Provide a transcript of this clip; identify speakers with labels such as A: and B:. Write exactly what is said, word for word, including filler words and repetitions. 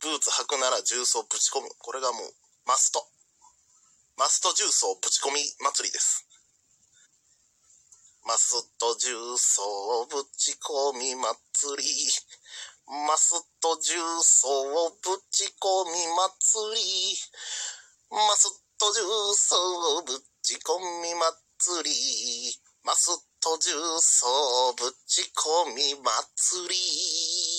A: ブーツ履くなら重曹ぶち込む。これがもうマスト。マスト重曹ぶち込み祭りです。マスト重曹ぶち込み祭り。マスト重曹ぶち込み祭り。マスト重曹ぶち込み祭り。マスト重曹ぶち込み祭り。